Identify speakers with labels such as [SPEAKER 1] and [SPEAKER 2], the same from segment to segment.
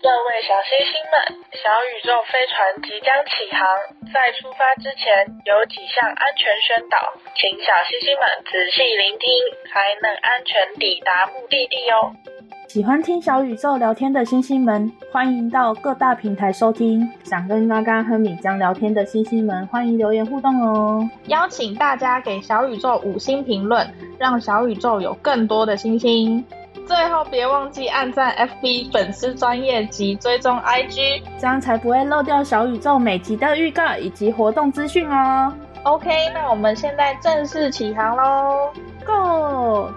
[SPEAKER 1] 各位小星星们，小宇宙飞船即将起航，在出发之前有几项安全宣导，请小星星们仔细聆听，才能安全抵达目的地哦。
[SPEAKER 2] 喜欢听小宇宙聊天的星星们，欢迎到各大平台收听。想跟嘎嘎和米江聊天的星星们，欢迎留言互动哦。
[SPEAKER 3] 邀请大家给小宇宙5星评论，让小宇宙有更多的星星。最后别忘记按赞 FB 粉丝专页及追踪 IG，
[SPEAKER 2] 这样才不会漏掉小宇宙每集的预告以及活动资讯哦。
[SPEAKER 3] OK， 那我们现在正式起航咯
[SPEAKER 2] Go！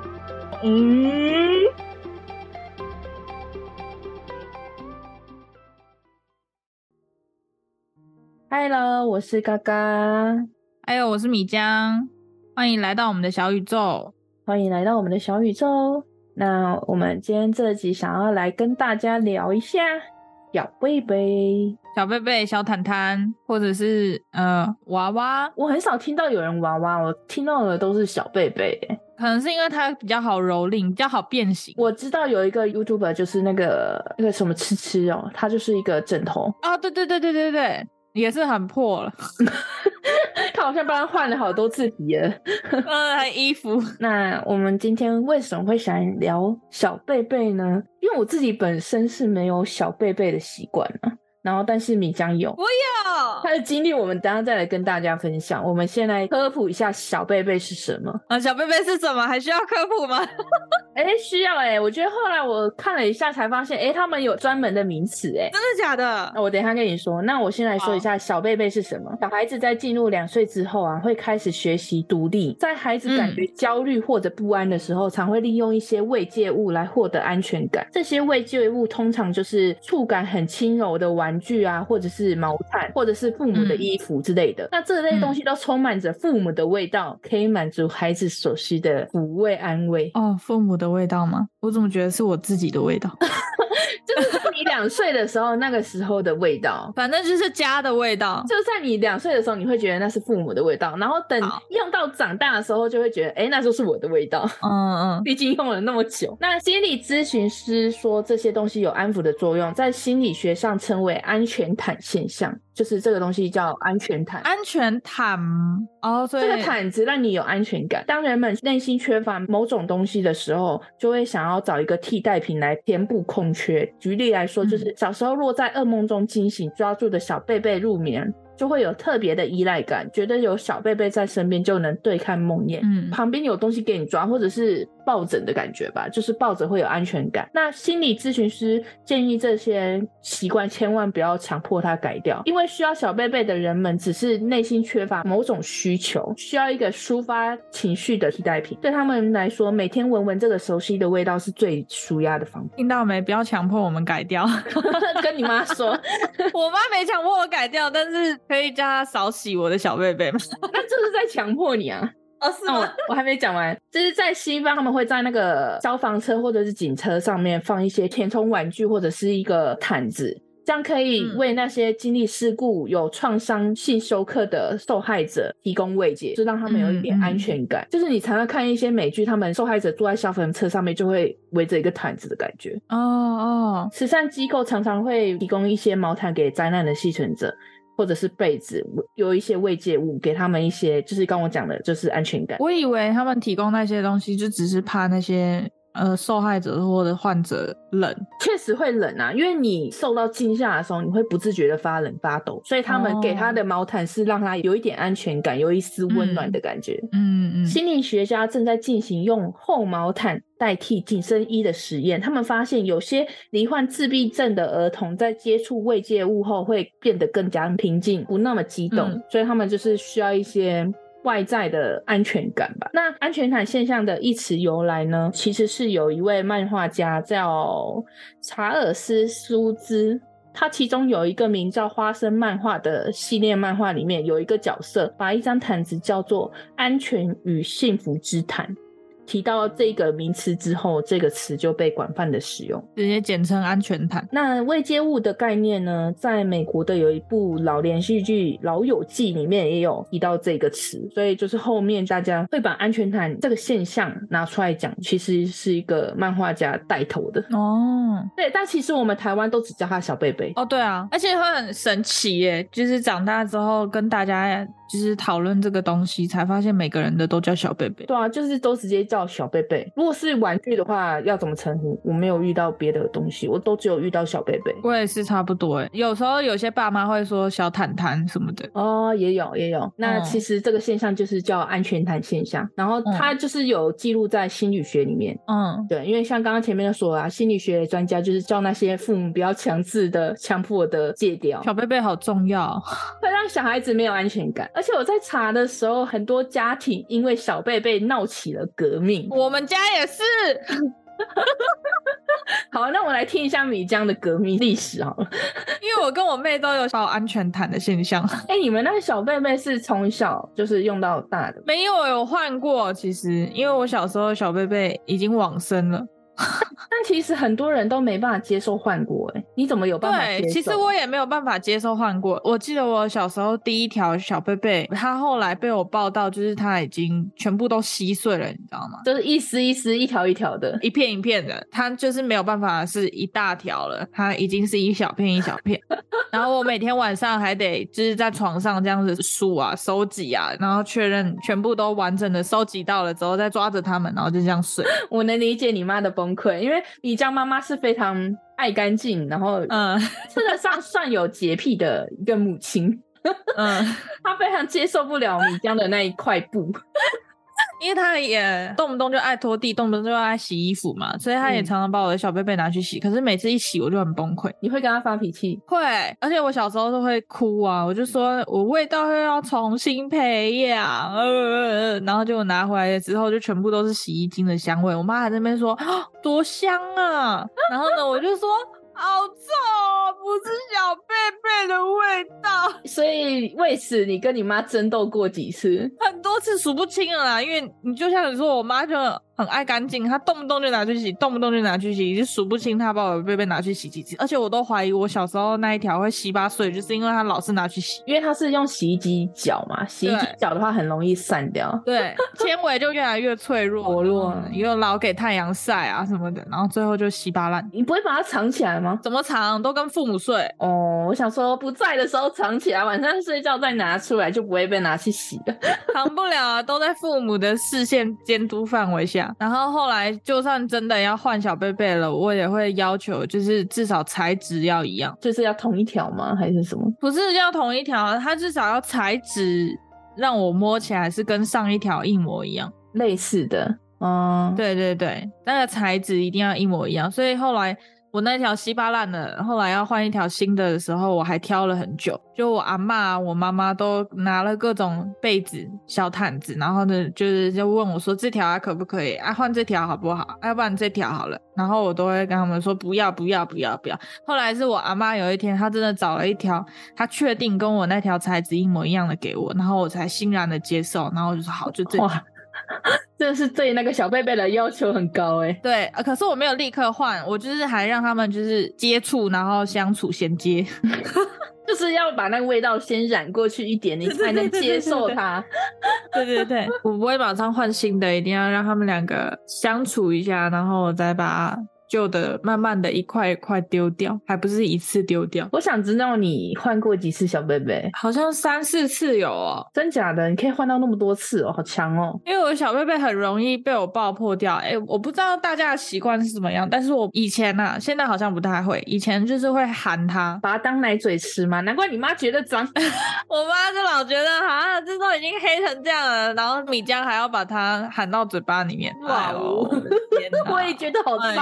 [SPEAKER 2] Hello， 我是嘎嘎。
[SPEAKER 4] 还有我是米江，欢迎来到我们的小宇宙。
[SPEAKER 2] 欢迎来到我们的小宇宙。那我们今天这集想要来跟大家聊一下小贝贝、
[SPEAKER 4] 小贝贝、小坦坦，或者是娃娃。
[SPEAKER 2] 我很少听到有人娃娃，我听到的都是小贝贝。
[SPEAKER 4] 可能是因为它比较好蹂躏，比较好变形。
[SPEAKER 2] 我知道有一个 YouTuber 就是那个什么吃吃哦，它就是一个枕头
[SPEAKER 4] 哦，对，也是很破了。
[SPEAKER 2] 他好像帮他换了好多次皮了。
[SPEAKER 4] 还衣服。那
[SPEAKER 2] 我们今天为什么会想聊小贝贝呢？因为我自己本身是没有小贝贝的习惯啊，然后但是米江有，
[SPEAKER 4] 我有
[SPEAKER 2] 他的经历，我们等一下再来跟大家分享。我们先来科普一下小贝贝是什么
[SPEAKER 4] 啊？小贝贝是什么？还需要科普吗？
[SPEAKER 2] 需要我觉得后来我看了一下才发现他们有专门的名词真
[SPEAKER 4] 的假的？
[SPEAKER 2] 我等一下跟你说。那我先来说一下小贝贝是什么。小孩子在进入2岁之后啊，会开始学习独立。在孩子感觉焦虑或者不安的时候，常会利用一些慰藉物来获得安全感。这些慰藉物通常就是触感很轻柔的玩具啊，或者是毛毯，或者是父母的衣服之类的。那这类东西都充满着父母的味道，可以满足孩子所需的抚慰安慰。
[SPEAKER 4] 父母的味道吗？我怎么觉得是我自己的味道？
[SPEAKER 2] 就是在你2岁的时候那个时候的味道，
[SPEAKER 4] 反正就是家的味道。
[SPEAKER 2] 就在你2岁的时候你会觉得那是父母的味道，然后等用到长大的时候就会觉得那就是我的味道。毕竟用了那么久。那心理咨询师说这些东西有安抚的作用，在心理学上称为安全毯现象，就是这个东西叫安全毯。
[SPEAKER 4] 安全毯所以
[SPEAKER 2] 这个毯子让你有安全感。当人们内心缺乏某种东西的时候，就会想要找一个替代品来填补空缺。举例来说，就是小时候若在噩梦中惊醒，抓住的小贝贝入眠，就会有特别的依赖感，觉得有小贝贝在身边就能对抗梦魇。旁边有东西给你抓，或者是抱枕的感觉吧，就是抱着会有安全感。那心理咨询师建议这些习惯千万不要强迫他改掉，因为需要小贝贝的人们只是内心缺乏某种需求，需要一个抒发情绪的替代品。对他们来说，每天闻闻这个熟悉的味道是最抒压的方法。
[SPEAKER 4] 听到没？不要强迫我们改掉。
[SPEAKER 2] 跟你妈说。
[SPEAKER 4] 我妈没强迫我改掉，但是可以叫她少洗我的小贝贝吗？
[SPEAKER 2] 那这是在强迫你啊。
[SPEAKER 4] 是吗？
[SPEAKER 2] 我还没讲完。就是在西方他们会在那个消防车或者是警车上面放一些填充玩具或者是一个毯子，这样可以为那些经历事故有创伤性休克的受害者提供慰藉，就让他们有一点安全感。就是你常常看一些美剧，他们受害者坐在消防车上面就会围着一个毯子的感觉。慈善机构常常会提供一些毛毯给灾难的幸存者，或者是被子，有一些慰藉物给他们一些，就是刚我讲的就是安全感。
[SPEAKER 4] 我以为他们提供那些东西就只是怕那些受害者或者患者冷。
[SPEAKER 2] 确实会冷啊，因为你受到惊吓的时候你会不自觉的发冷发抖，所以他们给他的毛毯是让他有一点安全感，有一丝温暖的感觉。心理学家正在进行用厚毛毯代替紧身衣的实验，他们发现有些罹患自闭症的儿童在接触慰藉物后会变得更加平静，不那么激动，所以他们就是需要一些外在的安全感吧。那安全毯现象的一词由来呢，其实是有一位漫画家叫查尔斯·舒兹，他其中有一个名叫花生漫画的系列漫画里面有一个角色把一张毯子叫做安全与幸福之毯。 提到这个名词之后，这个词就被广泛的使用，
[SPEAKER 4] 直接简称安全毯。
[SPEAKER 2] 那未接物的概念呢，在美国的有一部老连续剧《老友记》里面也有提到这个词，所以就是后面大家会把安全毯这个现象拿出来讲，其实是一个漫画家带头的
[SPEAKER 4] 哦。
[SPEAKER 2] 对，但其实我们台湾都只叫他小贝贝。
[SPEAKER 4] 哦，对啊，而且会很神奇耶，就是长大之后跟大家就是讨论这个东西，才发现每个人的都叫小贝贝。
[SPEAKER 2] 对啊，就是都直接叫小贝贝。如果是玩具的话，要怎么称呼？我没有遇到别的东西，我都只有遇到小贝贝。
[SPEAKER 4] 我也是差不多耶，有时候有些爸妈会说小毯毯什么的。
[SPEAKER 2] 哦，也有。那其实这个现象就是叫安全毯现象，然后它就是有记录在心理学里面。对，因为像刚刚前面说啊，心理学专家就是叫那些父母不要强制的、强迫的戒掉。
[SPEAKER 4] 小贝贝好重要，
[SPEAKER 2] 会让小孩子没有安全感。而且我在查的时候，很多家庭因为小贝贝闹起了革命。
[SPEAKER 4] 我们家也是。
[SPEAKER 2] 好，那我来听一下米浆的革命历史好了。
[SPEAKER 4] 因为我跟我妹都有抱安全毯的现象。
[SPEAKER 2] 你们那个小贝贝是从小就是用到大的？
[SPEAKER 4] 没有换过，其实因为我小时候小贝贝已经往生了。
[SPEAKER 2] 但其实很多人都没办法接受换过。你怎么有办法接受？
[SPEAKER 4] 对，其实我也没有办法接受换过。我记得我小时候第一条小贝贝，它后来被我抱到，就是它已经全部都稀碎了，你知道吗？
[SPEAKER 2] 就是一丝一丝、一条一条的、
[SPEAKER 4] 一片一片的，它就是没有办法是一大条了，它已经是一小片一小片。然后我每天晚上还得就是在床上这样子数啊、收集啊，然后确认全部都完整的收集到了之后，再抓着它们，然后就这样睡。
[SPEAKER 2] 我能理解你妈的崩溃，因为米浆妈妈是非常爱干净，然后称得上算有洁癖的一个母亲。她非常接受不了米浆的那一块布。
[SPEAKER 4] 因为他也动不动就爱拖地，动不动就爱洗衣服嘛，所以他也常常把我的小贝贝拿去洗。可是每次一洗我就很崩溃。
[SPEAKER 2] 你会跟他发脾气？
[SPEAKER 4] 会，而且我小时候都会哭啊，我就说我味道又要重新培养，然后结果拿回来之后就全部都是洗衣精的香味。我妈还在那边说多香啊，然后呢我就说好臭哦，不是小贝贝的味道。
[SPEAKER 2] 所以为此你跟你妈争斗过几次？
[SPEAKER 4] 很多次数不清了啦，因为你就像你说，我妈就很爱干净，她动不动就拿去洗，动不动就拿去洗，已经数不清她把我的贝贝拿去洗几次。而且我都怀疑我小时候那一条会7、8岁，就是因为她老是拿去洗，
[SPEAKER 2] 因为她是用洗衣机搅嘛，洗衣机搅的话很容易散掉，
[SPEAKER 4] 对，纤维就越来越脆弱，
[SPEAKER 2] 薄弱，
[SPEAKER 4] 又老给太阳晒啊什么的，然后最后就稀巴烂。
[SPEAKER 2] 你不会把它藏起来吗？
[SPEAKER 4] 怎么藏？都跟父母睡。
[SPEAKER 2] 哦，我想说不在的时候藏起来，晚上睡觉再拿出来，就不会被拿去洗了。
[SPEAKER 4] 藏不了啊，都在父母的视线监督范围下。然后后来就算真的要换小贝贝了，我也会要求就是至少材质要一样。
[SPEAKER 2] 就是要同一条吗？还是什么？
[SPEAKER 4] 不是要同一条，它至少要材质让我摸起来是跟上一条一模一样，
[SPEAKER 2] 类似的。
[SPEAKER 4] 对对对，那个材质一定要一模一样。所以后来我那条稀巴烂的，后来要换一条新的时候，我还挑了很久。就我阿嬷、我妈妈都拿了各种被子、小毯子，然后呢，就问我说这条可不可以啊？换这条好不好？要不然这条好了。然后我都会跟他们说不要。后来是我阿嬷有一天，她真的找了一条，她确定跟我那条材质一模一样的给我，然后我才欣然的接受。然后我就说好，就这条。
[SPEAKER 2] 真的是对那个小贝贝的要求很高欸。
[SPEAKER 4] 对，可是我没有立刻换，我就是还让他们就是接触，然后相处衔接。
[SPEAKER 2] 就是要把那个味道先染过去一点，你才能接受它。
[SPEAKER 4] 对对对，我不会马上换新的，一定要让他们2个相处一下，然后我再把旧的慢慢的一块一块丢掉，还不是一次丢掉。
[SPEAKER 2] 我想知道你换过几次小贝贝？
[SPEAKER 4] 好像3、4次有哦。
[SPEAKER 2] 真假的？你可以换到那么多次哦，好强哦。
[SPEAKER 4] 因为我小贝贝很容易被我爆破掉。我不知道大家的习惯是怎么样，但是我以前啊，现在好像不太会，以前就是会含它，
[SPEAKER 2] 把它当奶嘴吃吗？难怪你妈觉得脏。
[SPEAKER 4] 我妈就老觉得这都已经黑成这样了，然后米浆还要把它含到嘴巴里面。
[SPEAKER 2] 哇哦，天哪，我也觉得好脏哦。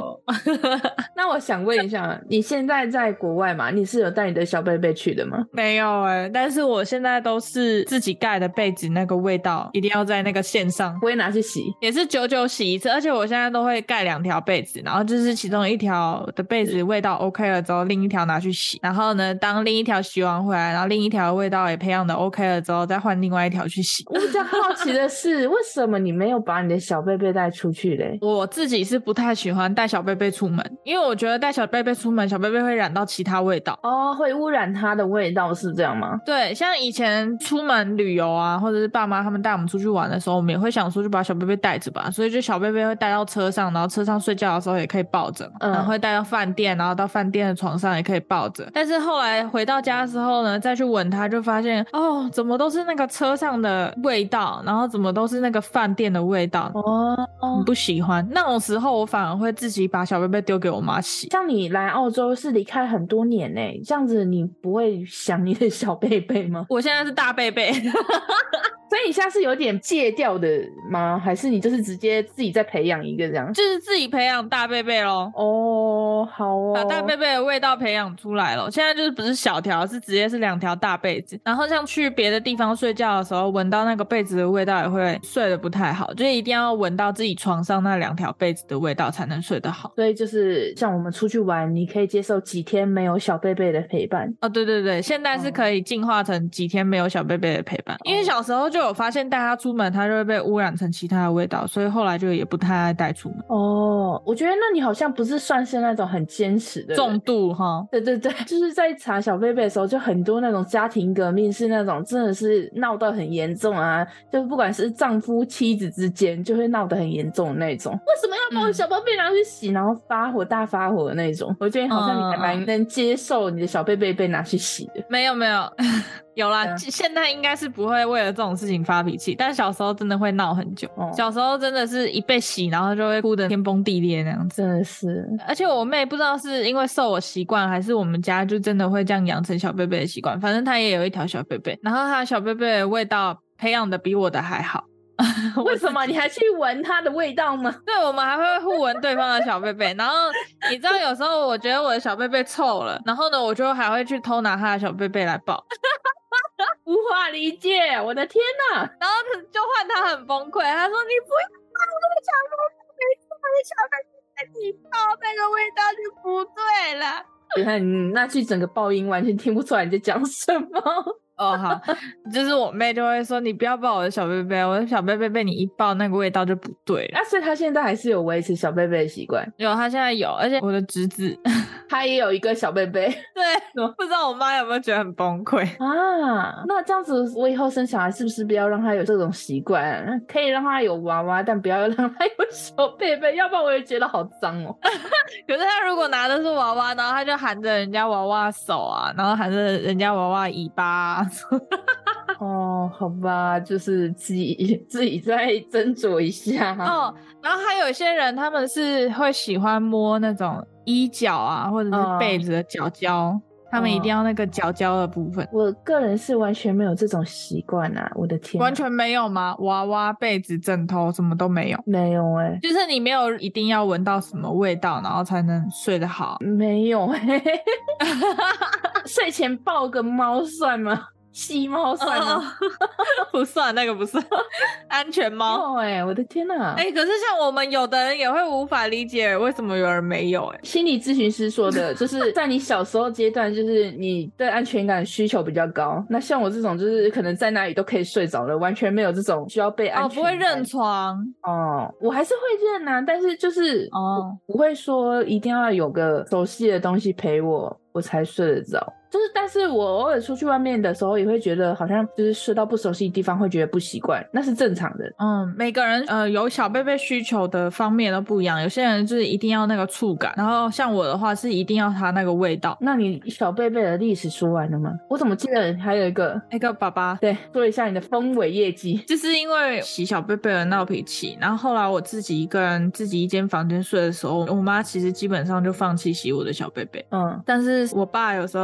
[SPEAKER 4] 有。
[SPEAKER 2] 那我想问一下，你现在在国外嘛？你是有带你的小贝贝去的吗？
[SPEAKER 4] 没有但是我现在都是自己盖的被子，那个味道一定要在那个线上，
[SPEAKER 2] 不会拿去洗，
[SPEAKER 4] 也是久久洗一次。而且我现在都会盖2条被子，然后就是其中一条的被子味道 OK 了之后，另一条拿去洗。然后呢，当另一条洗完回来，然后另一条的味道也培养的 OK 了之后，再换另外一条去洗。
[SPEAKER 2] 我比较好奇的是，为什么你没有把你的小贝贝带出去嘞？
[SPEAKER 4] 我自己是不太喜欢带小贝贝出门，因为我觉得带小贝贝出门，小贝贝会染到其他味道。
[SPEAKER 2] 哦，会污染它的味道是这样吗？
[SPEAKER 4] 对，像以前出门旅游啊，或者是爸妈他们带我们出去玩的时候，我们也会想说就把小贝贝带着吧，所以就小贝贝会带到车上，然后车上睡觉的时候也可以抱着，然后会带到饭店，然后到饭店的床上也可以抱着。但是后来回到家之后呢，再去闻它，就发现哦，怎么都是那个车上的味道，然后怎么都是那个饭店的味道，不喜欢。那种时候我反而会自己把小贝贝丢给我妈洗。
[SPEAKER 2] 像你来澳洲是离开很多年欸，这样子你不会想你的小贝贝吗？
[SPEAKER 4] 我现在是大贝贝。
[SPEAKER 2] 所以你现在是有点戒掉的吗？还是你就是直接自己再培养一个这样？
[SPEAKER 4] 就是自己培养大贝贝咯。
[SPEAKER 2] 哦，好哦，
[SPEAKER 4] 把大贝贝的味道培养出来了。现在就是不是小条，是直接是2条大被子。然后像去别的地方睡觉的时候，闻到那个被子的味道也会睡得不太好，就是一定要闻到自己床上那2条被子的味道才能睡得好。
[SPEAKER 2] 所以就是像我们出去玩，你可以接受几天没有小贝贝的陪伴。
[SPEAKER 4] 哦，对对对，现在是可以进化成几天没有小贝贝的陪伴。因为小时候就有发现带他出门，他就会被污染成其他的味道，所以后来就也不太爱带出门。
[SPEAKER 2] 哦，我觉得那你好像不是算是那种很坚持的人
[SPEAKER 4] 重度哈。
[SPEAKER 2] 对对对，就是在查小贝贝的时候，就很多那种家庭革命是那种真的是闹得很严重啊，就不管是丈夫妻子之间就会闹得很严重的那种。为什么要把我小贝贝拿去洗，然后大发火的那种？我觉得好像你还蛮能接受你的小贝贝被拿去洗的。
[SPEAKER 4] 没有有啦，现在应该是不会为了这种事情发脾气，但小时候真的会闹很久。小时候真的是一被洗，然后就会哭得天崩地裂那样子。
[SPEAKER 2] 真的是，
[SPEAKER 4] 而且我妹不知道是因为受我习惯，还是我们家就真的会这样养成小贝贝的习惯。反正她也有一条小贝贝，然后她小贝贝的味道培养的比我的还好。
[SPEAKER 2] 为什么你还去闻它的味道吗？
[SPEAKER 4] 对，我们还会互闻对方的小贝贝。然后你知道有时候我觉得我的小贝贝臭了，然后呢我就还会去偷拿他的小贝贝来抱。
[SPEAKER 2] 无法理解，我的天哪！
[SPEAKER 4] 然后就换他很崩溃，他说你不要抱我的小贝贝，每次我的小贝贝你抱那个味道就不对了。
[SPEAKER 2] 你看你那句整个爆音完全听不出来你在讲什么。
[SPEAKER 4] 哦，好，就是我妹就会说你不要抱我的小贝贝，我的小贝贝被你一抱那个味道就不对了。
[SPEAKER 2] 所以她现在还是有维持小贝贝的习惯？
[SPEAKER 4] 有，她现在有，而且我的侄子
[SPEAKER 2] 他也有一个小贝贝。
[SPEAKER 4] 对，不知道我妈有没有觉得很崩溃
[SPEAKER 2] 啊？那这样子我以后生小孩是不是不要让他有这种习惯，可以让他有娃娃，但不要让他有小贝贝，要不然我也觉得好脏哦。
[SPEAKER 4] 可是他如果拿的是娃娃，然后他就含着人家娃娃手啊，然后含着人家娃娃尾巴啊。
[SPEAKER 2] 哦，好吧，就是自己再斟酌一下。
[SPEAKER 4] 哦，然后还有一些人他们是会喜欢摸那种衣角啊，或者是被子的角胶，他们一定要那个角胶的部分。
[SPEAKER 2] 我个人是完全没有这种习惯啊，我的天。
[SPEAKER 4] 完全没有吗？娃娃、被子、枕头什么都没有？
[SPEAKER 2] 没有欸。
[SPEAKER 4] 就是你没有一定要闻到什么味道然后才能睡得好？
[SPEAKER 2] 没有欸。睡前抱个猫算吗？吸猫算吗？
[SPEAKER 4] 不算，那个不算。安全猫。
[SPEAKER 2] 我的天哪。
[SPEAKER 4] 可是像我们有的人也会无法理解为什么有人没有。
[SPEAKER 2] 心理咨询师说的就是在你小时候阶段，就是你对安全感需求比较高，那像我这种就是可能在哪里都可以睡着了，完全没有这种需要被安全感。
[SPEAKER 4] 不会认床。
[SPEAKER 2] 我还是会认啊，但是就是不会说一定要有个熟悉的东西陪我才睡得着。但是我偶尔出去外面的时候也会觉得好像就是睡到不熟悉的地方会觉得不习惯，那是正常的。
[SPEAKER 4] 每个人有小贝贝需求的方面都不一样，有些人就是一定要那个触感，然后像我的话是一定要它那个味道。
[SPEAKER 2] 那你小贝贝的历史说完了吗？我怎么记得还有一个
[SPEAKER 4] 爸爸。
[SPEAKER 2] 对，说一下你的丰伟业绩。
[SPEAKER 4] 就是因为洗小贝贝的闹脾气，然后后来我自己一个人自己一间房间睡的时候，我妈其实基本上就放弃洗我的小贝贝。但是我爸有时候进到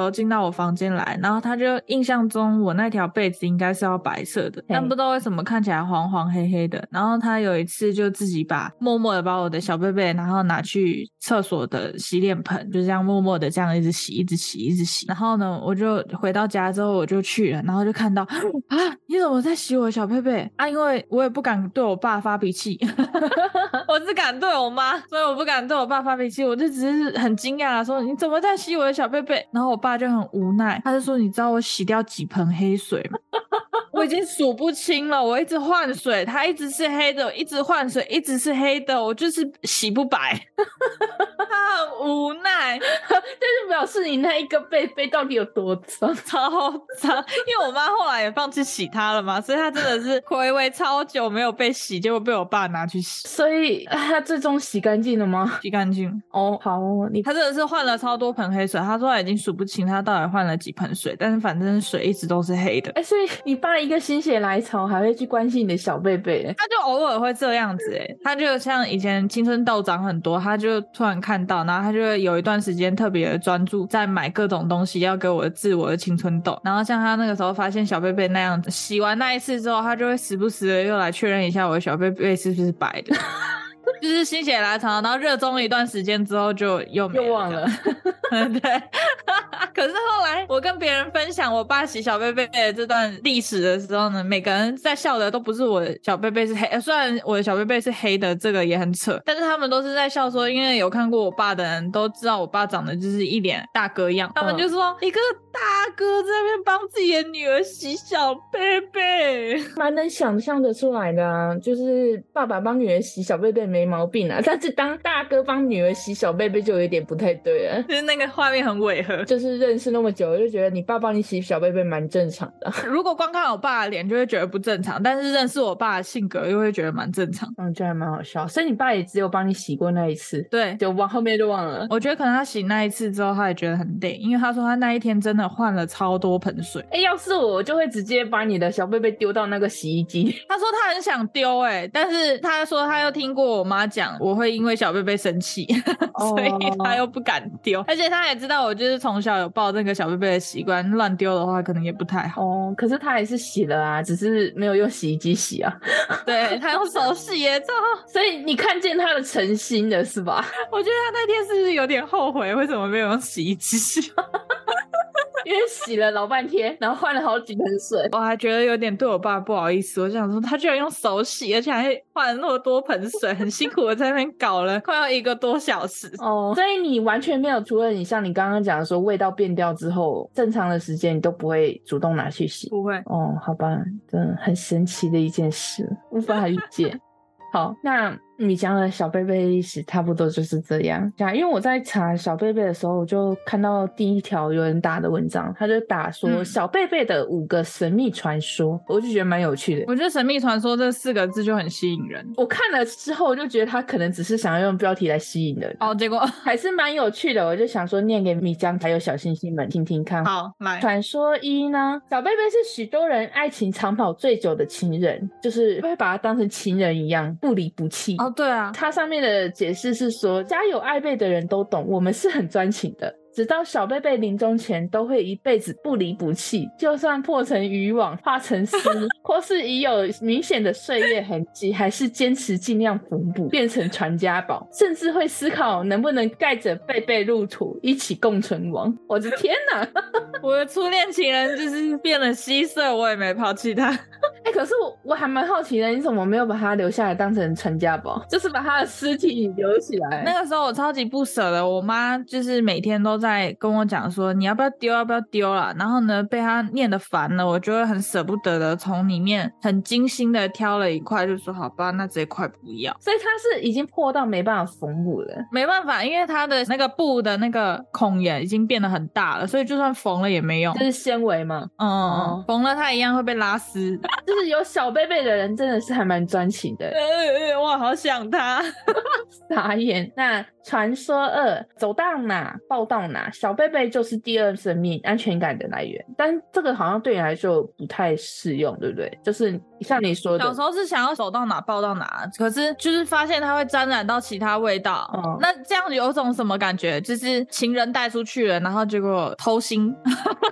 [SPEAKER 4] 到我房间来，然后他就印象中我那条被子应该是要白色的，但不知道为什么看起来黄黄黑黑的。然后他有一次就自己默默的把我的小贝贝然后拿去厕所的洗脸盆，就这样默默的这样一直洗一直洗一直洗。然后呢我就回到家之后我就去了，然后就看到啊你怎么在洗我的小贝贝啊？因为我也不敢对我爸发脾气我只敢对我妈，所以我不敢对我爸发脾气，我就只是很惊讶的说你怎么在洗我的小贝贝？然后我爸就很无奈，他就说你知道我洗掉几盆黑水吗？我已经数不清了，我一直换水，它一直是黑的，一直换水，一直是黑的，我就是洗不白他很无奈
[SPEAKER 2] 但是表示你那一个贝贝到底有多脏，
[SPEAKER 4] 超脏，因为我妈后来也放弃洗它了嘛，所以它真的是睽违超久没有被洗，结果被我爸拿去洗，
[SPEAKER 2] 所以他最终洗干净了吗？
[SPEAKER 4] 洗干净
[SPEAKER 2] 哦，好哦，
[SPEAKER 4] 他真的是换了超多盆黑水，他说他已经数不清他到底换了几盆水，但是反正水一直都是黑的。
[SPEAKER 2] 所以你爸一个心血来潮还会去关心你的小贝贝，
[SPEAKER 4] 他就偶尔会这样子他就像以前青春痘长很多，他就突然看到，然后他就有一段时间特别的专注在买各种东西要给我治我的青春痘，然后像他那个时候发现小贝贝那样子，洗完那一次之后他就会时不时的又来确认一下我的小贝贝是不是白的就是心血来潮，然后热衷一段时间之后就又
[SPEAKER 2] 忘了
[SPEAKER 4] 对可是后来我跟别人分享我爸洗小贝贝的这段历史的时候呢，每个人在笑的都不是我的小贝贝是黑虽然我的小贝贝是黑的，这个也很扯，但是他们都是在笑说，因为有看过我爸的人都知道我爸长得就是一脸大哥样，他们就说一个大哥在那边帮自己的女儿洗小贝贝，
[SPEAKER 2] 蛮能想象得出来的啊，就是爸爸帮女儿洗小贝贝没毛病啊，但是当大哥帮女儿洗小贝贝就有一点不太对了，
[SPEAKER 4] 就是那个画面很违和，
[SPEAKER 2] 就是认识那么久我就觉得你爸帮你洗小贝贝蛮正常的
[SPEAKER 4] 如果光看我爸的脸就会觉得不正常，但是认识我爸的性格又会觉得蛮正常。
[SPEAKER 2] 这还蛮好笑，所以你爸也只有帮你洗过那一次，
[SPEAKER 4] 对，
[SPEAKER 2] 就后面就忘了。
[SPEAKER 4] 我觉得可能他洗那一次之后他也觉得很累，因为他说他那一天真的换了超多盆水。
[SPEAKER 2] 要是我就会直接把你的小贝贝丢到那个洗衣机。
[SPEAKER 4] 他说他很想丢但是他说他又听过我妈讲我会因为小贝贝生气所以他又不敢丢，而且他也知道我就是从小有抱那个小贝贝的习惯，乱丢的话可能也不太好。
[SPEAKER 2] 可是他还是洗了啊，只是没有用洗衣机洗啊。
[SPEAKER 4] 对，他用手洗耶
[SPEAKER 2] 所以你看见他的诚心了是吧？
[SPEAKER 4] 我觉得他那天是不是有点后悔为什么没有用洗衣机洗
[SPEAKER 2] 因为洗了老半天，然后换了好几盆水，
[SPEAKER 4] 我还觉得有点对我爸不好意思。我想说他居然用手洗，而且还换了那么多盆水，很辛苦的在那边搞了快要1个多小时。
[SPEAKER 2] 所以你完全没有，除了你像你刚刚讲的说味道变掉之后，正常的时间你都不会主动拿去洗？
[SPEAKER 4] 不会。
[SPEAKER 2] 好吧，真的很神奇的一件事，无法理解。好，那你讲的小贝贝历史差不多就是这样。因为我在查小贝贝的时候，我就看到第一条有人打的文章，他就打说小贝贝的5个神秘传说，我就觉得蛮有趣的。
[SPEAKER 4] 我觉得神秘传说这4个字就很吸引人。
[SPEAKER 2] 我看了之后，我就觉得他可能只是想要用标题来吸引人，
[SPEAKER 4] 结果
[SPEAKER 2] 还是蛮有趣的。我就想说念给米江还有小星星们听听看。
[SPEAKER 4] 好，来。
[SPEAKER 2] 传说1呢，小贝贝是许多人爱情长跑最久的情人，就是会把他当成情人一样不离不弃。
[SPEAKER 4] 对啊，
[SPEAKER 2] 它上面的解释是说，家有爱贝的人都懂，我们是很专情的，直到小贝贝临终前都会一辈子不离不弃，就算破成渔网化成丝或是已有明显的岁月痕迹，还是坚持尽量缝补变成传家宝，甚至会思考能不能盖着贝贝入土一起共存亡。我的天哪
[SPEAKER 4] 我的初恋情人就是变了稀色，我也没抛弃他
[SPEAKER 2] 可是我还蛮好奇的，你怎么没有把他留下来当成传家宝，就是把他的尸体留起来？
[SPEAKER 4] 那个时候我超级不舍的，我妈就是每天都在跟我讲说你要不要丢要不要丢啦，然后呢被他念得烦了，我就会很舍不得的从里面很精心的挑了一块，就说好吧那这一块不要。
[SPEAKER 2] 所以他是已经破到没办法缝补了？
[SPEAKER 4] 没办法，因为他的那个布的那个孔眼已经变得很大了，所以就算缝了也没用。
[SPEAKER 2] 这是纤维吗？
[SPEAKER 4] 缝了它一样会被拉丝。
[SPEAKER 2] 就是有小贝贝的人真的是还蛮专情的
[SPEAKER 4] 哇好想他
[SPEAKER 2] 傻眼。那传说2，走到哪抱到哪，小贝贝就是第2生命安全感的来源，但这个好像对你来说不太适用，对不对？就是像你说的，
[SPEAKER 4] 小时候是想要走到哪抱到哪，可是就是发现它会沾染到其他味道那这样有种什么感觉，就是情人带出去了，然后结果偷腥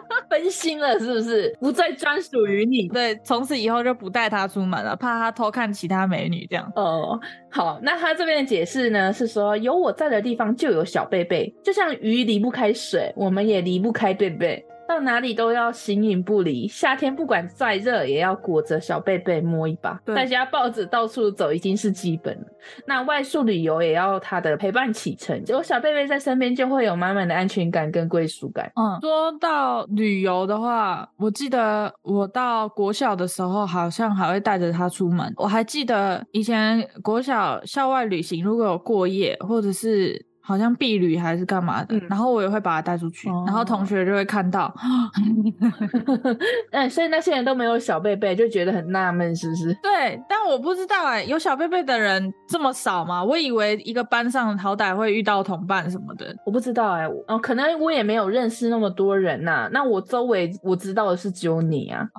[SPEAKER 2] 更新了，是不是？不再专属于你。
[SPEAKER 4] 对，从此以后就不带他出门了，怕他偷看其他美女这样。
[SPEAKER 2] 哦，好，那他这边的解释呢是说，有我在的地方就有小贝贝，就像鱼离不开水，我们也离不开贝贝。到哪里都要形影不离，夏天不管再热也要裹着小贝贝摸一把，在家抱着到处走已经是基本了。那外宿旅游也要他的陪伴启程，有小贝贝在身边就会有满满的安全感跟归属感。
[SPEAKER 4] 说到旅游的话，我记得我到国小的时候好像还会带着他出门。我还记得以前国小校外旅行如果有过夜或者是好像避旅还是干嘛的，然后我也会把他带出去，然后同学就会看到
[SPEAKER 2] 所以那些人都没有小贝贝就觉得很纳闷，是不是？
[SPEAKER 4] 对，但我不知道有小贝贝的人这么少吗？我以为一个班上好歹会遇到同伴什么的。
[SPEAKER 2] 我不知道可能我也没有认识那么多人呐。那我周围我知道的是只有你啊。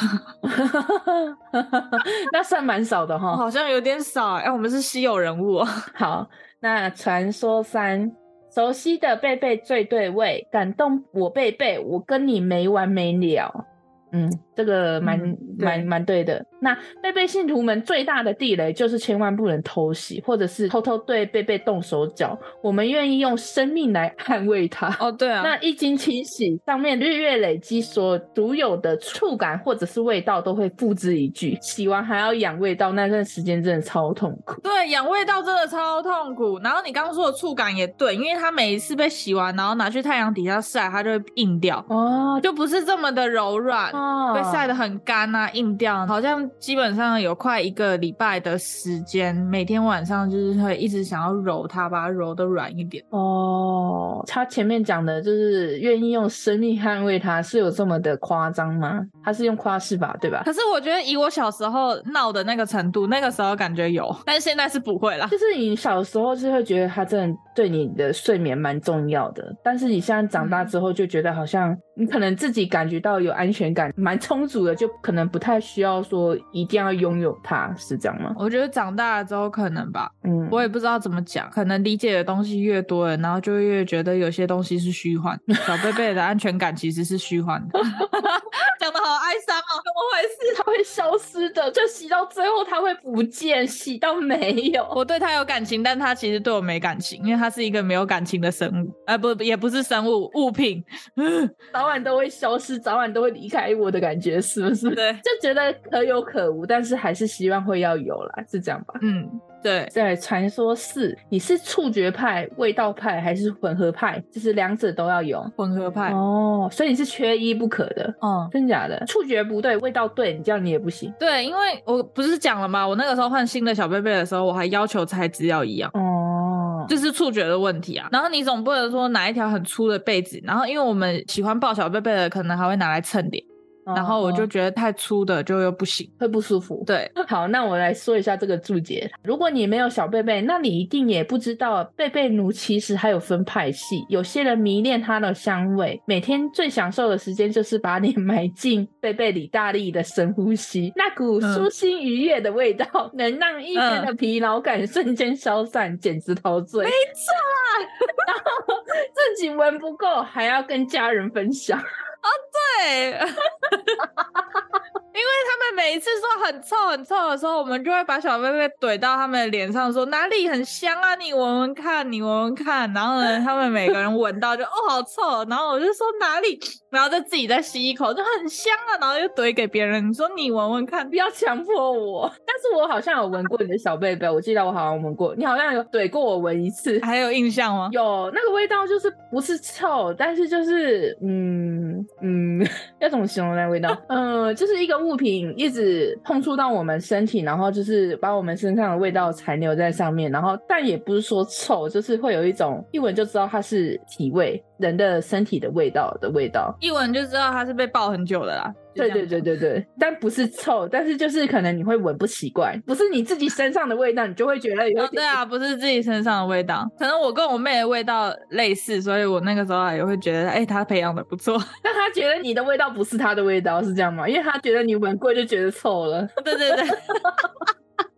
[SPEAKER 2] 那算蛮少的齁。
[SPEAKER 4] 好像有点少我们是稀有人物
[SPEAKER 2] 好，那传说3，熟悉的贝贝最对味，感动我贝贝，我跟你没完没了。这个蛮对的。那贝贝信徒们最大的地雷就是千万不能偷袭，或者是偷偷对贝贝动手脚。我们愿意用生命来捍卫它。
[SPEAKER 4] 对啊。
[SPEAKER 2] 那一经清洗，上面日月累积所独有的触感或者是味道都会付之一炬。洗完还要养味道，那段时间真的超痛苦。
[SPEAKER 4] 对，养味道真的超痛苦。然后你刚刚说的触感也对，因为它每一次被洗完，然后拿去太阳底下晒，它就会硬掉就不是这么的柔软。被晒得很干啊，硬掉，好像基本上有快1个礼拜的时间，每天晚上就是会一直想要揉它，把它揉得软一点。
[SPEAKER 2] 他前面讲的就是愿意用生命捍卫它，是有这么的夸张吗？他是用夸饰法对吧？
[SPEAKER 4] 可是我觉得以我小时候闹的那个程度，那个时候感觉有，但是现在是不会啦。
[SPEAKER 2] 就是你小时候是会觉得他真的对你的睡眠蛮重要的，但是你现在长大之后就觉得好像你可能自己感觉到有安全感蛮充足的，就可能不太需要说一定要拥有它，是这样吗？
[SPEAKER 4] 我觉得长大了之后可能吧，我也不知道怎么讲，可能理解的东西越多了，然后就会越觉得有些东西是虚幻，小贝贝的安全感其实是虚幻的。讲得好哀伤哦，怎么回事？
[SPEAKER 2] 它会消失的，就洗到最后它会不见，洗到没有。
[SPEAKER 4] 我对它有感情，但它其实对我没感情，因为它是一个没有感情的生物，也不是生物，物品。
[SPEAKER 2] 早晚都会消失，早晚都会离开我的感觉，是不是？
[SPEAKER 4] 对，
[SPEAKER 2] 就觉得可有可无，但是还是希望会要有啦，是这样吧？
[SPEAKER 4] 对。
[SPEAKER 2] 再来传说4，你是触觉派、味道派还是混合派？就是两者都要有。
[SPEAKER 4] 混合派
[SPEAKER 2] 所以你是缺一不可的。真假的？触觉不对，味道对，你这样你也不行。
[SPEAKER 4] 对，因为我不是讲了吗？我那个时候换新的小贝贝的时候，我还要求材质要一样。就是触觉的问题啊。然后你总不能说拿一条很粗的被子，然后因为我们喜欢抱小贝贝的，可能还会拿来蹭脸。然后我就觉得太粗的就又不行，
[SPEAKER 2] 会不舒服。
[SPEAKER 4] 对，
[SPEAKER 2] 好，那我来说一下这个注解。如果你没有小贝贝，那你一定也不知道贝贝奴其实还有分派系。有些人迷恋它的香味，每天最享受的时间就是把脸埋进贝贝里，大力的深呼吸，那股舒心愉悦的味道，能让一天的疲劳感瞬间消散，简直陶醉。
[SPEAKER 4] 没错啦，
[SPEAKER 2] 然后自己闻不够，还要跟家人分享。
[SPEAKER 4] 对，因为他们每一次说很臭很臭的时候，我们就会把小贝贝怼到他们的脸上说哪里很香啊，你闻闻看，你闻闻看。然后呢，他们每个人闻到就好臭，然后我就说哪里，然后就自己再吸一口就很香啊，然后又怼给别人，你说你闻闻看，
[SPEAKER 2] 不要强迫我。但是我好像有闻过你的小贝贝，我记得我好像闻过，你好像有怼过我闻一次，
[SPEAKER 4] 还有印象吗？
[SPEAKER 2] 有，那个味道就是不是臭，但是就是要怎么形容那味道？就是一个物品一直碰触到我们身体，然后就是把我们身上的味道残留在上面，然后但也不是说臭，就是会有一种一闻就知道它是体味，人的身体的味道，一
[SPEAKER 4] 闻就知道它是被爆很久的啦。
[SPEAKER 2] 对，但不是臭，但是就是可能你会闻不习惯，不是你自己身上的味道，你就会觉得有点
[SPEAKER 4] 对啊，不是自己身上的味道，可能我跟我妹的味道类似，所以我那个时候也会觉得她培养的不错。
[SPEAKER 2] 但她觉得你的味道不是她的味道，是这样吗？因为她觉得你闻过就觉得臭了。
[SPEAKER 4] 对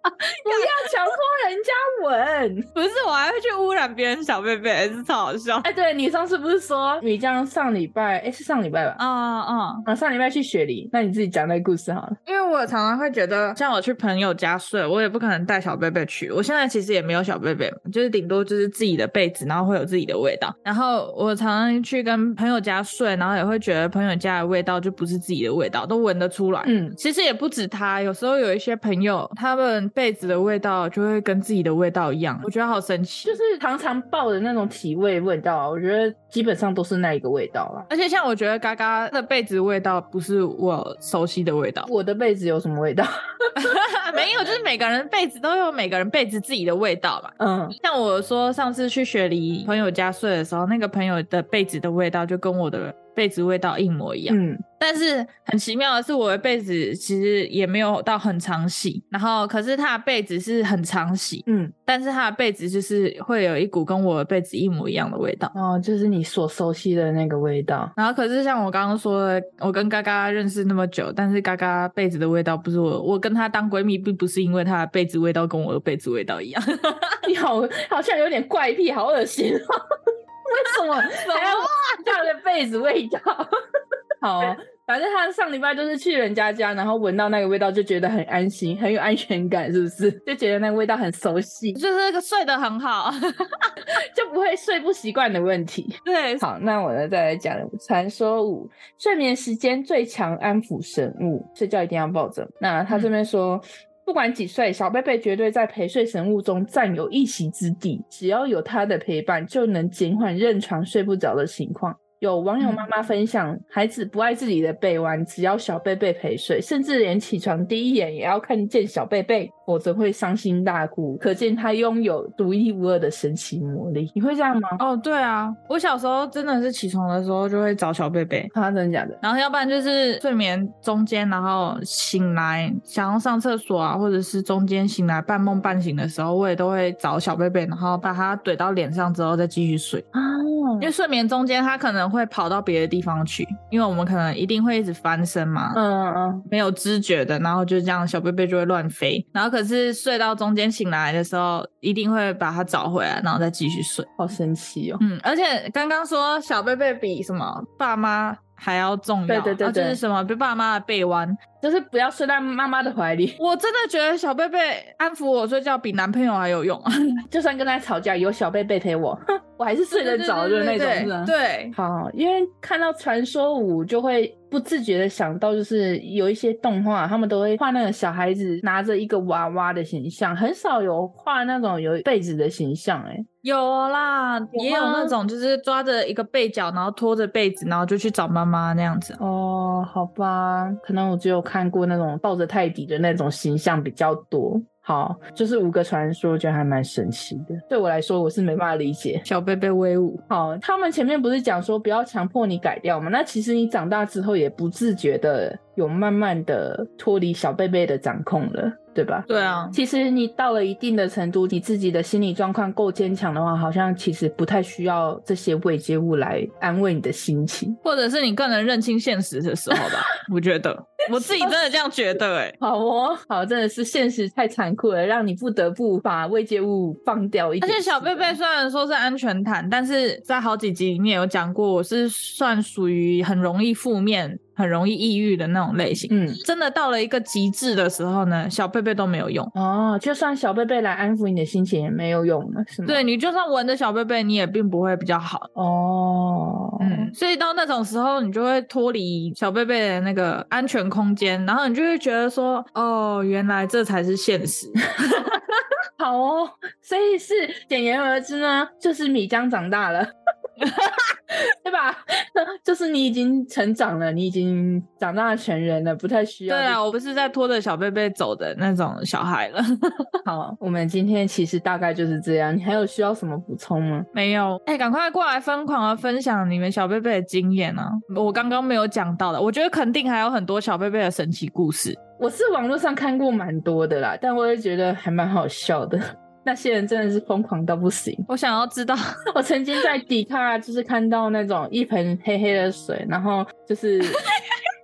[SPEAKER 2] 不要强迫人家闻。
[SPEAKER 4] 不是，我还会去污染别人小贝贝，是超好笑。
[SPEAKER 2] 哎，对，你上次不是说米浆上礼拜，是上礼拜吧？上礼拜去雪梨，那你自己讲那个故事好了。
[SPEAKER 4] 因为我常常会觉得，像我去朋友家睡，我也不可能带小贝贝去。我现在其实也没有小贝贝，就是顶多就是自己的被子，然后会有自己的味道。然后我常常去跟朋友家睡，然后也会觉得朋友家的味道就不是自己的味道，都闻得出来。其实也不止他，有时候有一些朋友，他们被子的味道就会跟自己的味道一样，我觉得好神奇。
[SPEAKER 2] 就是常常抱的那种体味味道，我觉得基本上都是那一个味道啦。
[SPEAKER 4] 而且像我觉得嘎嘎的被子味道不是我熟悉的味道。
[SPEAKER 2] 我的被子有什么味道？
[SPEAKER 4] 没有，就是每个人被子都有每个人被子自己的味道嘛。像我说上次去雪梨朋友家睡的时候，那个朋友的被子的味道就跟我的被子味道一模一样。但是很奇妙的是，我的被子其实也没有到很常洗，然后可是他的被子是很常洗。但是他的被子就是会有一股跟我的被子一模一样的味道。
[SPEAKER 2] 就是你所熟悉的那个味道。
[SPEAKER 4] 然后可是像我刚刚说的，我跟嘎嘎认识那么久，但是嘎嘎被子的味道不是我跟他当闺蜜并不是因为他的被子味道跟我的被子味道一样。
[SPEAKER 2] 你好像有点怪癖，好恶心哦。为什么还要这样的被子味道？好，反正他上礼拜就是去人家家，然后闻到那个味道就觉得很安心，很有安全感，是不是？就觉得那个味道很熟悉，
[SPEAKER 4] 就是那个睡得很好，
[SPEAKER 2] 就不会睡不习惯的问题。
[SPEAKER 4] 对，
[SPEAKER 2] 好，那我呢再来讲传说5，睡眠时间最强安抚神物，睡觉一定要抱着。那他这边说。不管几岁，小贝贝绝对在陪睡神物中占有一席之地。只要有他的陪伴，就能减缓认床睡不着的情况。有网友妈妈分享，孩子不爱自己的背弯，只要小贝贝陪睡，甚至连起床第一眼也要看见小贝贝，否则会伤心大哭。可见他拥有独一无二的神奇魔力。你会这样吗？
[SPEAKER 4] 对啊，我小时候真的是起床的时候就会找小贝贝。
[SPEAKER 2] 真的假的？
[SPEAKER 4] 然后要不然就是睡眠中间，然后醒来想要上厕所啊，或者是中间醒来半梦半醒的时候，我也都会找小贝贝，然后把它怼到脸上之后再继续睡。因为睡眠中间他可能会跑到别的地方去，因为我们可能一定会一直翻身嘛，没有知觉的，然后就这样小贝贝就会乱飞，然后可是睡到中间醒来的时候一定会把它找回来，然后再继续睡。
[SPEAKER 2] 好神奇哦。
[SPEAKER 4] 而且刚刚说小贝贝比什么爸妈还要重要，
[SPEAKER 2] 对，
[SPEAKER 4] 就是什么比爸妈的背弯，
[SPEAKER 2] 就是不要睡在妈妈的怀里。
[SPEAKER 4] 我真的觉得小贝贝安抚我睡觉比男朋友还有用。
[SPEAKER 2] 就算跟他吵架，有小贝贝陪我，我还是睡得着，就是那种是吧？
[SPEAKER 4] 对，
[SPEAKER 2] 好，因为看到传说5就会不自觉的想到，就是有一些动画，他们都会画那个小孩子拿着一个娃娃的形象，很少有画那种有被子的形象。
[SPEAKER 4] 有啦，也有那种就是抓着一个被角，然后拖着被子，然后就去找妈妈那样子。
[SPEAKER 2] 好吧，可能我只有看过那种抱着泰迪的那种形象比较多。好，就是5个传说，我觉得还蛮神奇的。对我来说，我是没办法理解
[SPEAKER 4] 小贝贝威武。
[SPEAKER 2] 好，他们前面不是讲说不要强迫你改掉吗？那其实你长大之后也不自觉的有慢慢的脱离小贝贝的掌控了，对吧？
[SPEAKER 4] 对啊，
[SPEAKER 2] 其实你到了一定的程度，你自己的心理状况够坚强的话，好像其实不太需要这些慰藉物来安慰你的心情，
[SPEAKER 4] 或者是你更能认清现实的时候吧。我觉得我自己真的这样觉得。
[SPEAKER 2] 好，真的是现实太残酷了，让你不得不把慰藉物放掉一点。
[SPEAKER 4] 而且小贝贝虽然说是安全毯，但是在好几集里面有讲过，我是算属于很容易负面很容易抑郁的那种类型。真的到了一个极致的时候呢，小贝贝都没有用。
[SPEAKER 2] 就算小贝贝来安抚你的心情也没有用了，是吗？
[SPEAKER 4] 对，你就算闻着小贝贝，你也并不会比较好。所以到那种时候，你就会脱离小贝贝的那个安全空间，然后你就会觉得说，原来这才是现实。
[SPEAKER 2] 好所以是简言而之呢，就是米浆长大了。对吧？就是你已经成长了，你已经长大成人了，不太需要。
[SPEAKER 4] 对啊，我不是在拖着小贝贝走的那种小孩了。
[SPEAKER 2] 好，我们今天其实大概就是这样，你还有需要什么补充吗？
[SPEAKER 4] 没有。赶快过来疯狂的分享你们小贝贝的经验啊！我刚刚没有讲到的，我觉得肯定还有很多小贝贝的神奇故事。
[SPEAKER 2] 我是网络上看过蛮多的啦，但我也觉得还蛮好笑的。那些人真的是疯狂到不行。
[SPEAKER 4] 我想要知道，
[SPEAKER 2] 我曾经在迪卡就是看到那种一盆黑黑的水，然后就是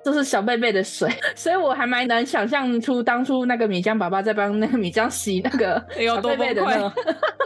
[SPEAKER 2] 这是小贝贝的水，所以我还蛮难想象出当初那个米浆爸爸在帮那个米浆洗那个小贝贝的那个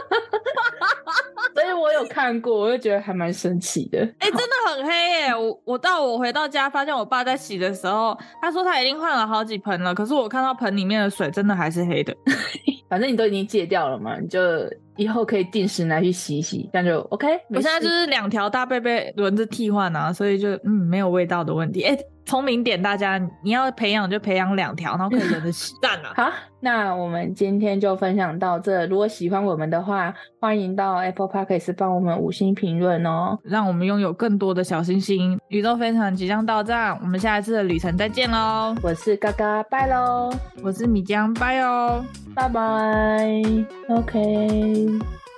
[SPEAKER 2] 所以我有看过，我就觉得还蛮神奇的。
[SPEAKER 4] 真的很黑耶！我回到家发现我爸在洗的时候，他说他已经换了好几盆了，可是我看到盆里面的水真的还是黑的。
[SPEAKER 2] 反正你都已经戒掉了嘛，你就以后可以定时拿去洗一洗，这样就 OK。
[SPEAKER 4] 我现在就是2条大贝贝轮着替换啊，所以就没有味道的问题。聪明点，大家你要培养就培养2条，然后可以轮着洗。赞啊！
[SPEAKER 2] 好，那我们今天就分享到这。如果喜欢我们的话，欢迎到 Apple Podcast 帮我们5星评论哦，
[SPEAKER 4] 让我们拥有更多的小星星。宇宙飞船即将到站，我们下一次的旅程再见咯。
[SPEAKER 2] 我是嘎嘎，拜咯。
[SPEAKER 4] 我是米浆，拜哦，
[SPEAKER 2] 拜拜。OK。